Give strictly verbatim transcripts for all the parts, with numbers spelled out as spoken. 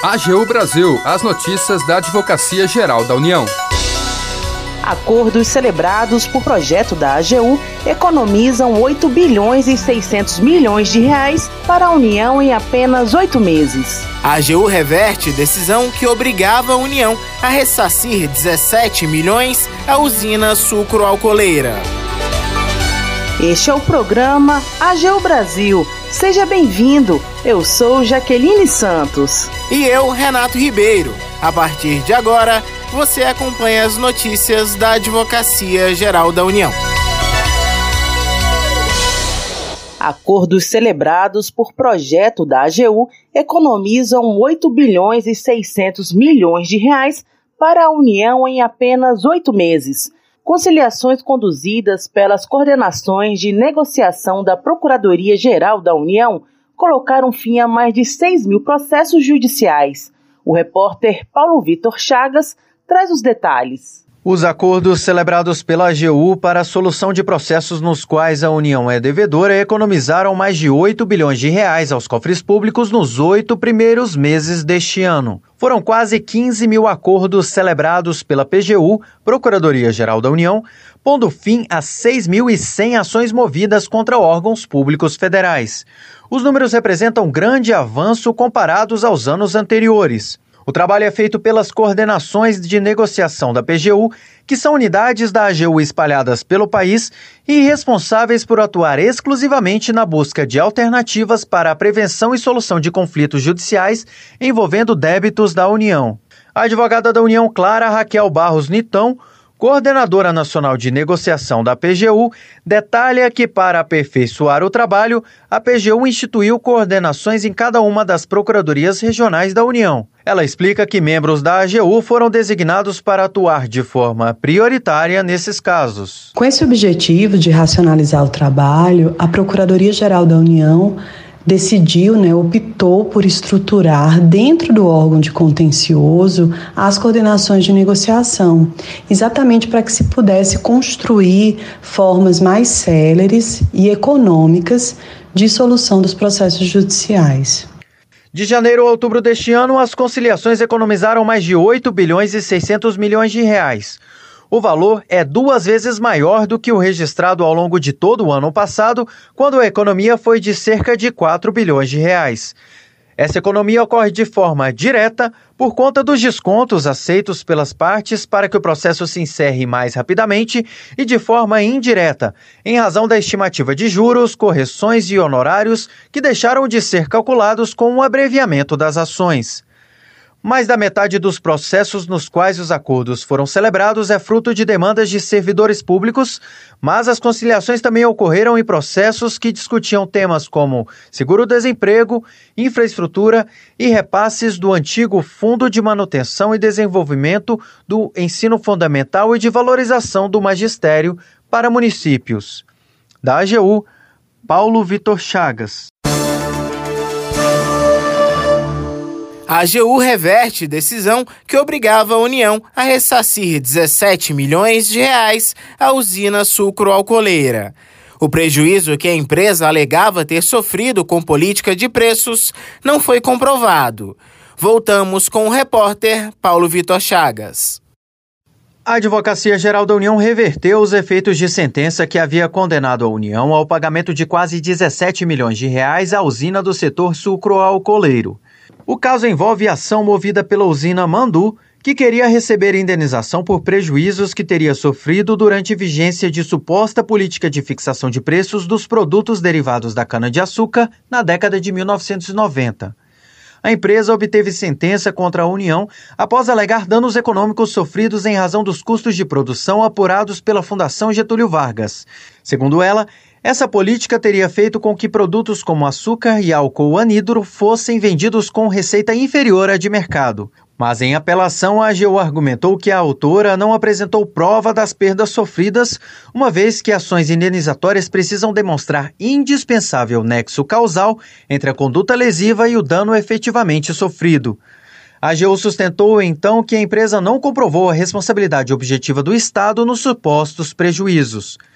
A G U Brasil, as notícias da Advocacia Geral da União. Acordos celebrados por projeto da A G U economizam oito bilhões e seiscentos milhões de reais para a União em apenas oito meses. A A G U reverte decisão que obrigava a União a ressarcir dezessete milhões à usina sucroalcooleira. Este é o programa A G U Brasil. Seja bem-vindo. Eu sou Jaqueline Santos. E eu, Renato Ribeiro. A partir de agora, você acompanha as notícias da Advocacia Geral da União. Acordos celebrados por projeto da A G U economizam oito bilhões e seiscentos milhões de reais para a União em apenas oito meses. Conciliações conduzidas pelas coordenações de negociação da Procuradoria-Geral da União colocaram fim a mais de seis mil processos judiciais. O repórter Paulo Vitor Chagas traz os detalhes. Os acordos celebrados pela A G U para a solução de processos nos quais a União é devedora economizaram mais de oito bilhões de reais aos cofres públicos nos oito primeiros meses deste ano. Foram quase quinze mil acordos celebrados pela P G U, Procuradoria-Geral da União, pondo fim a seis mil e cem ações movidas contra órgãos públicos federais. Os números representam grande avanço comparados aos anos anteriores. O trabalho é feito pelas coordenações de negociação da P G U, que são unidades da A G U espalhadas pelo país e responsáveis por atuar exclusivamente na busca de alternativas para a prevenção e solução de conflitos judiciais envolvendo débitos da União. A advogada da União, Clara Raquel Barros Nitão, coordenadora nacional de negociação da P G U, detalha que, para aperfeiçoar o trabalho, a P G U instituiu coordenações em cada uma das procuradorias regionais da União. Ela explica que membros da A G U foram designados para atuar de forma prioritária nesses casos. Com esse objetivo de racionalizar o trabalho, a Procuradoria-Geral da União decidiu, né, optou por estruturar dentro do órgão de contencioso as coordenações de negociação, exatamente para que se pudesse construir formas mais céleres e econômicas de solução dos processos judiciais. De janeiro a outubro deste ano, as conciliações economizaram mais de oito bilhões e seiscentos milhões de reais. O valor é duas vezes maior do que o registrado ao longo de todo o ano passado, quando a economia foi de cerca de quatro bilhões de reais. Essa economia ocorre de forma direta por conta dos descontos aceitos pelas partes para que o processo se encerre mais rapidamente e de forma indireta, em razão da estimativa de juros, correções e honorários que deixaram de ser calculados com o abreviamento das ações. Mais da metade dos processos nos quais os acordos foram celebrados é fruto de demandas de servidores públicos, mas as conciliações também ocorreram em processos que discutiam temas como seguro-desemprego, infraestrutura e repasses do antigo Fundo de Manutenção e Desenvolvimento do Ensino Fundamental e de Valorização do Magistério para municípios. Da A G U, Paulo Vitor Chagas. A A G U reverte decisão que obrigava a União a ressarcir dezessete milhões de reais à usina sucroalcooleira. O prejuízo que a empresa alegava ter sofrido com política de preços não foi comprovado. Voltamos com o repórter Paulo Vitor Chagas. A Advocacia Geral da União reverteu os efeitos de sentença que havia condenado a União ao pagamento de quase dezessete milhões de reais à usina do setor sucroalcooleiro. O caso envolve ação movida pela usina Mandu, que queria receber indenização por prejuízos que teria sofrido durante vigência de suposta política de fixação de preços dos produtos derivados da cana-de-açúcar na década de mil novecentos e noventa. A empresa obteve sentença contra a União após alegar danos econômicos sofridos em razão dos custos de produção apurados pela Fundação Getúlio Vargas. Segundo ela, essa política teria feito com que produtos como açúcar e álcool anídro fossem vendidos com receita inferior à de mercado. Mas em apelação, a A G U argumentou que a autora não apresentou prova das perdas sofridas, uma vez que ações indenizatórias precisam demonstrar indispensável nexo causal entre a conduta lesiva e o dano efetivamente sofrido. A A G U sustentou, então, que a empresa não comprovou a responsabilidade objetiva do Estado nos supostos prejuízos.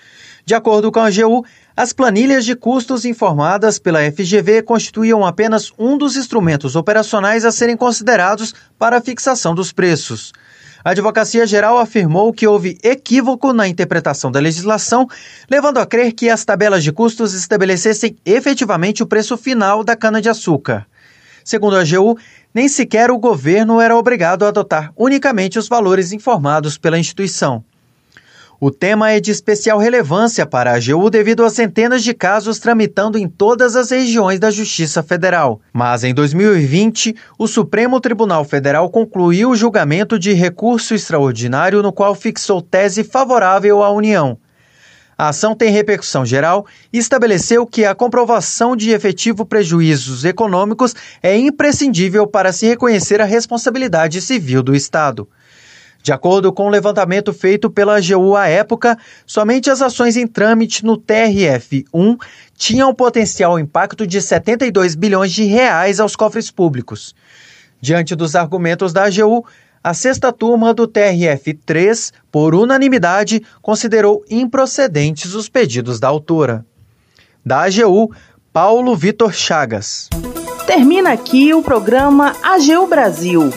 De acordo com a A G U, as planilhas de custos informadas pela F G V constituíam apenas um dos instrumentos operacionais a serem considerados para a fixação dos preços. A Advocacia Geral afirmou que houve equívoco na interpretação da legislação, levando a crer que as tabelas de custos estabelecessem efetivamente o preço final da cana-de-açúcar. Segundo a A G U, nem sequer o governo era obrigado a adotar unicamente os valores informados pela instituição. O tema é de especial relevância para a A G U devido às centenas de casos tramitando em todas as regiões da Justiça Federal. Mas em dois mil e vinte, o Supremo Tribunal Federal concluiu o julgamento de recurso extraordinário no qual fixou tese favorável à União. A ação tem repercussão geral e estabeleceu que a comprovação de efetivo prejuízos econômicos é imprescindível para se reconhecer a responsabilidade civil do Estado. De acordo com o levantamento feito pela A G U à época, somente as ações em trâmite no T R F um tinham potencial impacto de setenta e dois bilhões de reais aos cofres públicos. Diante dos argumentos da A G U, a sexta turma do T R F três, por unanimidade, considerou improcedentes os pedidos da autora. Da A G U, Paulo Vitor Chagas. Termina aqui o programa A G U Brasil.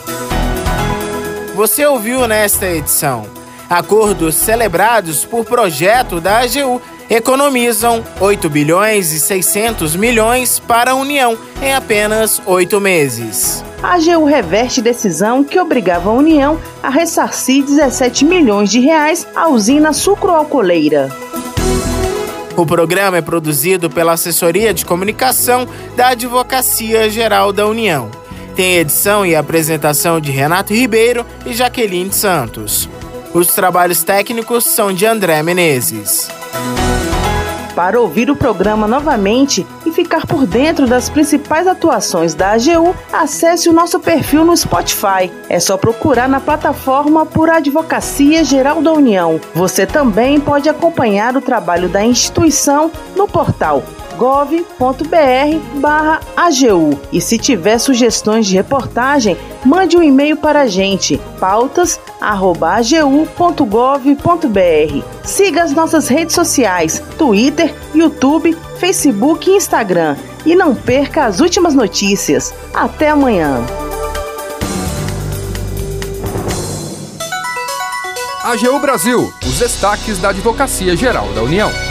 Você ouviu nesta edição: acordos celebrados por projeto da A G U economizam oito bilhões e seiscentos milhões para a União em apenas oito meses. A A G U reverte decisão que obrigava a União a ressarcir dezessete milhões de reais à usina sucroalcooleira. O programa é produzido pela Assessoria de Comunicação da Advocacia Geral da União. Tem edição e apresentação de Renato Ribeiro e Jaqueline Santos. Os trabalhos técnicos são de André Menezes. Para ouvir o programa novamente e ficar por dentro das principais atuações da A G U, acesse o nosso perfil no Spotify. É só procurar na plataforma por Advocacia Geral da União. Você também pode acompanhar o trabalho da instituição no portal gov ponto br barra A G U. E se tiver sugestões de reportagem, mande um e-mail para a gente, pautas arroba a g u ponto gov ponto br. Siga as nossas redes sociais, Twitter, YouTube, Facebook e Instagram. E não perca as últimas notícias. Até amanhã. A G U Brasil, os destaques da Advocacia Geral da União.